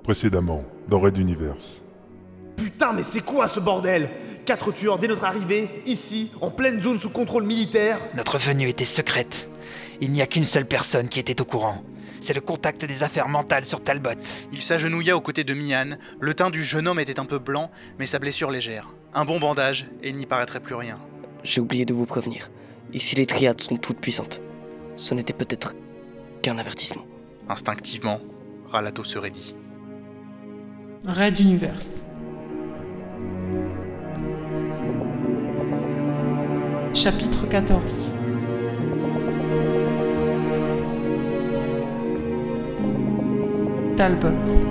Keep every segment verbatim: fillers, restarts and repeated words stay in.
Précédemment, dans Red Universe. Putain, mais c'est quoi ce bordel? Quatre tueurs dès notre arrivée, ici, en pleine zone sous contrôle militaire. Notre venue était secrète. Il n'y a qu'une seule personne qui était au courant. C'est le contact des affaires mentales sur Talbot. Il s'agenouilla aux côtés de Mian. Le teint du jeune homme était un peu blanc, mais sa blessure légère. Un bon bandage, et il n'y paraîtrait plus rien. J'ai oublié de vous prévenir. Ici, les triades sont toutes puissantes. Ce n'était peut-être qu'un avertissement. Instinctivement, Ralato se raidit. Red Universe. Chapitre quatorze. Talbot.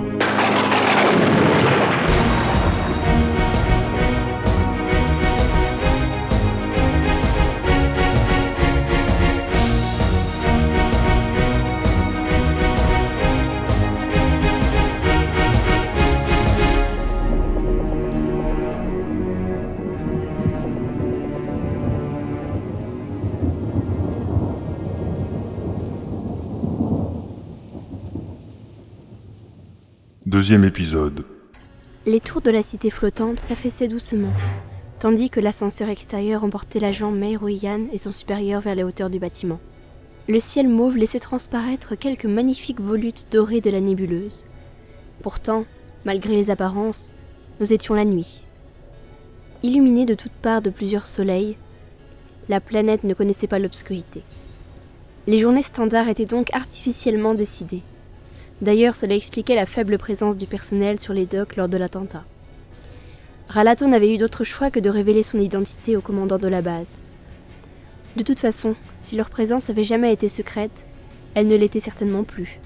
Deuxième épisode. Les tours de la cité flottante s'affaissaient doucement, tandis que l'ascenseur extérieur emportait l'agent Meir-Oyan et son supérieur vers les hauteurs du bâtiment. Le ciel mauve laissait transparaître quelques magnifiques volutes dorées de la nébuleuse. Pourtant, malgré les apparences, nous étions la nuit. Illuminée de toutes parts de plusieurs soleils, la planète ne connaissait pas l'obscurité. Les journées standards étaient donc artificiellement décidées. D'ailleurs, cela expliquait la faible présence du personnel sur les docks lors de l'attentat. Ralato n'avait eu d'autre choix que de révéler son identité au commandant de la base. De toute façon, si leur présence avait jamais été secrète, elle ne l'était certainement plus.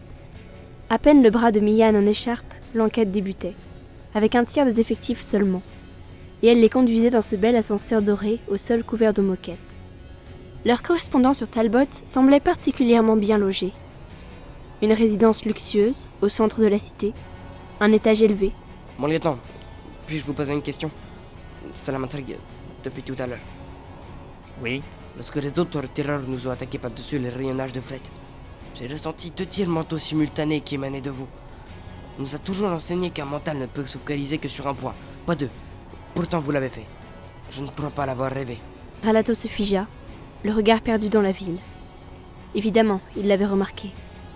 À peine le bras de Mian en écharpe, l'enquête débutait, avec un tiers des effectifs seulement, et elle les conduisait dans ce bel ascenseur doré au sol couvert de moquettes. Leur correspondant sur Talbot semblait particulièrement bien logé. Une résidence luxueuse, au centre de la cité, un étage élevé. Mon lieutenant, puis-je vous poser une question? Cela m'intrigue depuis tout à l'heure. Oui. Lorsque les autres tireurs nous ont attaqués par-dessus les rayonnages de fret, j'ai ressenti deux tirs mentaux simultanés qui émanaient de vous. On nous a toujours enseigné qu'un mental ne peut se focaliser que sur un point, pas deux. Pourtant vous l'avez fait. Je ne pourrais pas l'avoir rêvé. Ralato se figea, le regard perdu dans la ville. Évidemment, il l'avait remarqué.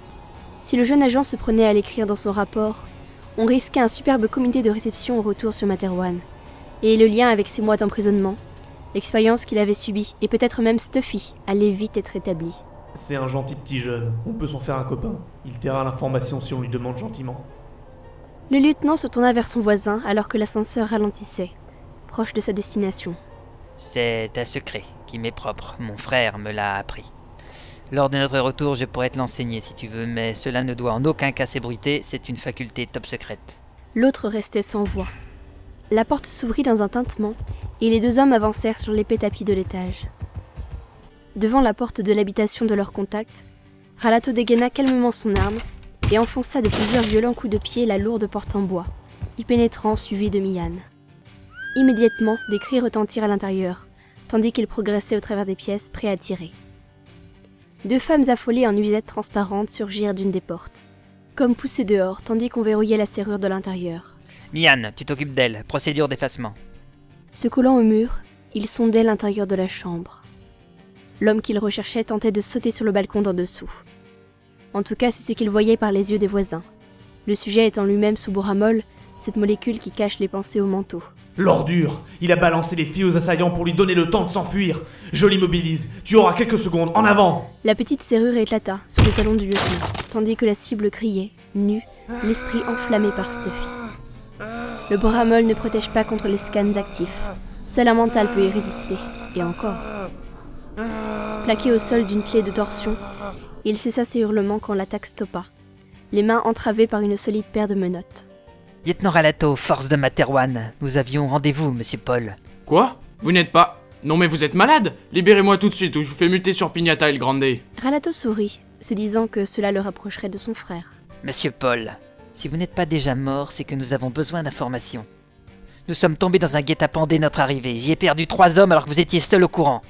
Si le jeune agent se prenait à l'écrire dans son rapport, on risquait un superbe comité de réception au retour sur Materwan. Et le lien avec ses mois d'emprisonnement, l'expérience qu'il avait subie, et peut-être même Stuffy, allait vite être établi. C'est un gentil petit jeune, on peut s'en faire un copain. Il taira l'information si on lui demande gentiment. Le lieutenant se tourna vers son voisin alors que l'ascenseur ralentissait, proche de sa destination. C'est un secret qui m'est propre, mon frère me l'a appris. Lors de notre retour, je pourrais te l'enseigner si tu veux, mais cela ne doit en aucun cas s'ébruiter, c'est une faculté top secrète. L'autre restait sans voix. La porte s'ouvrit dans un tintement, et les deux hommes avancèrent sur l'épais tapis de l'étage. Devant la porte de l'habitation de leur contact, Ralato dégaina calmement son arme et enfonça de plusieurs violents coups de pied la lourde porte en bois, y pénétrant suivi de Mian. Immédiatement, des cris retentirent à l'intérieur, tandis qu'il progressait au travers des pièces, prêt à tirer. Deux femmes affolées en nuisettes transparentes surgirent d'une des portes, comme poussées dehors, tandis qu'on verrouillait la serrure de l'intérieur. Mian, tu t'occupes d'elle, procédure d'effacement. Se collant au mur, il sondait l'intérieur de la chambre. L'homme qu'il recherchait tentait de sauter sur le balcon d'en dessous. En tout cas, c'est ce qu'il voyait par les yeux des voisins. Le sujet étant lui-même sous boramol, cette molécule qui cache les pensées au manteau. L'ordure! Il a balancé les filles aux assaillants pour lui donner le temps de s'enfuir. Je l'immobilise. Tu auras quelques secondes. En avant! La petite serrure éclata sous le talon du lieutenant, tandis que la cible criait, nue, l'esprit enflammé par Stuffy. Le boramol ne protège pas contre les scans actifs. Seul un mental peut y résister. Et encore. Plaqué au sol d'une clé de torsion, il cessa ses hurlements quand l'attaque stoppa, les mains entravées par une solide paire de menottes. Lieutenant Ralato, force de Materwan, nous avions rendez-vous, monsieur Paul. Quoi? Vous n'êtes pas... Non mais vous êtes malade? Libérez-moi tout de suite ou je vous fais muter sur Pignata El Grande. Ralato sourit, se disant que cela le rapprocherait de son frère. Monsieur Paul, si vous n'êtes pas déjà mort, c'est que nous avons besoin d'informations. Nous sommes tombés dans un guet-apens dès notre arrivée. J'y ai perdu trois hommes alors que vous étiez seul au courant.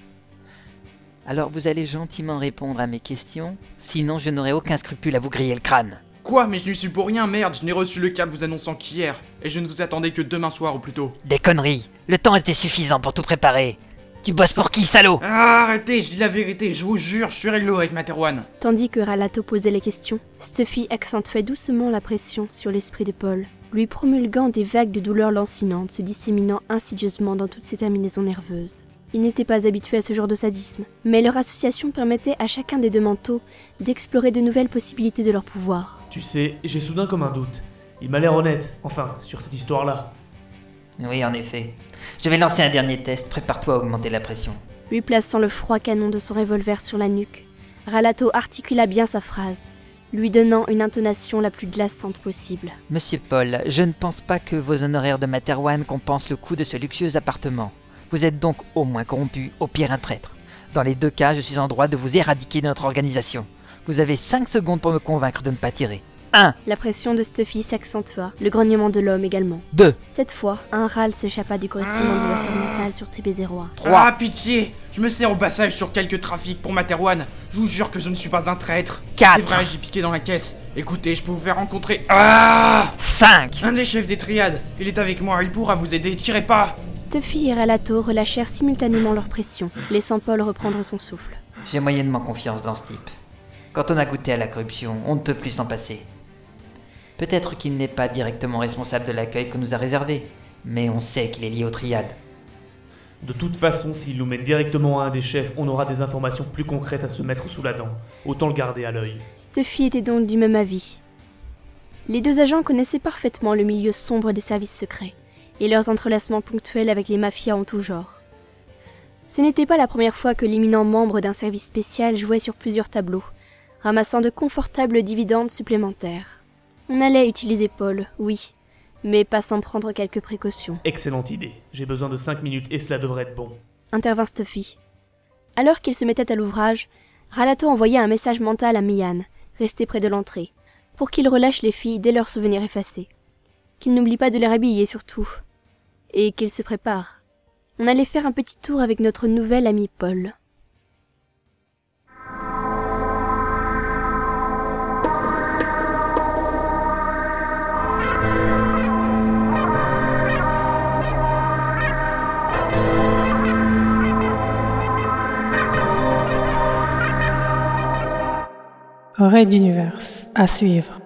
Alors vous allez gentiment répondre à mes questions, sinon je n'aurai aucun scrupule à vous griller le crâne. Quoi? Mais je n'y suis pour rien, merde, je n'ai reçu le câble vous annonçant qu'hier, et je ne vous attendais que demain soir ou plus tôt. Des conneries. Le temps était suffisant pour tout préparer. Tu bosses pour qui, salaud? Ah, arrêtez, je dis la vérité, je vous jure, je suis réglo avec Materwan. Tandis que Ralato posait les questions, Stuffy accentuait doucement la pression sur l'esprit de Paul, lui promulguant des vagues de douleurs lancinantes se disséminant insidieusement dans toutes ses terminaisons nerveuses. Il n'était pas habitué à ce genre de sadisme, mais leur association permettait à chacun des deux manteaux d'explorer de nouvelles possibilités de leur pouvoir. Tu sais, j'ai soudain comme un doute. Il m'a l'air honnête, enfin, sur cette histoire-là. Oui, en effet. Je vais lancer un dernier test, prépare-toi à augmenter la pression. Lui plaçant le froid canon de son revolver sur la nuque, Ralato articula bien sa phrase, lui donnant une intonation la plus glaçante possible. Monsieur Paul, je ne pense pas que vos honoraires de Materwan compensent le coût de ce luxueux appartement. Vous êtes donc au moins corrompu, au pire un traître. Dans les deux cas, je suis en droit de vous éradiquer de notre organisation. Vous avez cinq secondes pour me convaincre de ne pas tirer. un. La pression de Stuffy s'accentua, le grognement de l'homme également. deux. Cette fois, un râle s'échappa du correspondant des affaires mentales sur T B zéro un. trois. Ah, pitié! Je me sers au passage sur quelques trafics pour Materwan. Je vous jure que je ne suis pas un traître. quatre. C'est vrai, j'ai piqué dans la caisse. Écoutez, je peux vous faire rencontrer... Ah! cinq. Un des chefs des triades. Il est avec moi, il pourra vous aider, tirez pas! Stuffy et Ralato relâchèrent simultanément leur pression, laissant Paul reprendre son souffle. J'ai moyennement confiance dans ce type. Quand on a goûté à la corruption, on ne peut plus s'en passer. Peut-être qu'il n'est pas directement responsable de l'accueil qu'on nous a réservé, mais on sait qu'il est lié aux triades. De toute façon, s'il nous mène directement à un des chefs, on aura des informations plus concrètes à se mettre sous la dent. Autant le garder à l'œil. Stuffy était donc du même avis. Les deux agents connaissaient parfaitement le milieu sombre des services secrets, et leurs entrelacements ponctuels avec les mafias en tout genre. Ce n'était pas la première fois que l'éminent membre d'un service spécial jouait sur plusieurs tableaux, ramassant de confortables dividendes supplémentaires. On allait utiliser Paul, oui, mais pas sans prendre quelques précautions. Excellente idée. J'ai besoin de cinq minutes et cela devrait être bon. Intervint Stuffy. Alors qu'il se mettait à l'ouvrage, Ralato envoya un message mental à Mian, resté près de l'entrée, pour qu'il relâche les filles dès leur souvenir effacé. Qu'il n'oublie pas de les rhabiller surtout. Et qu'il se prépare. On allait faire un petit tour avec notre nouvel ami Paul. Raid d'univers à suivre.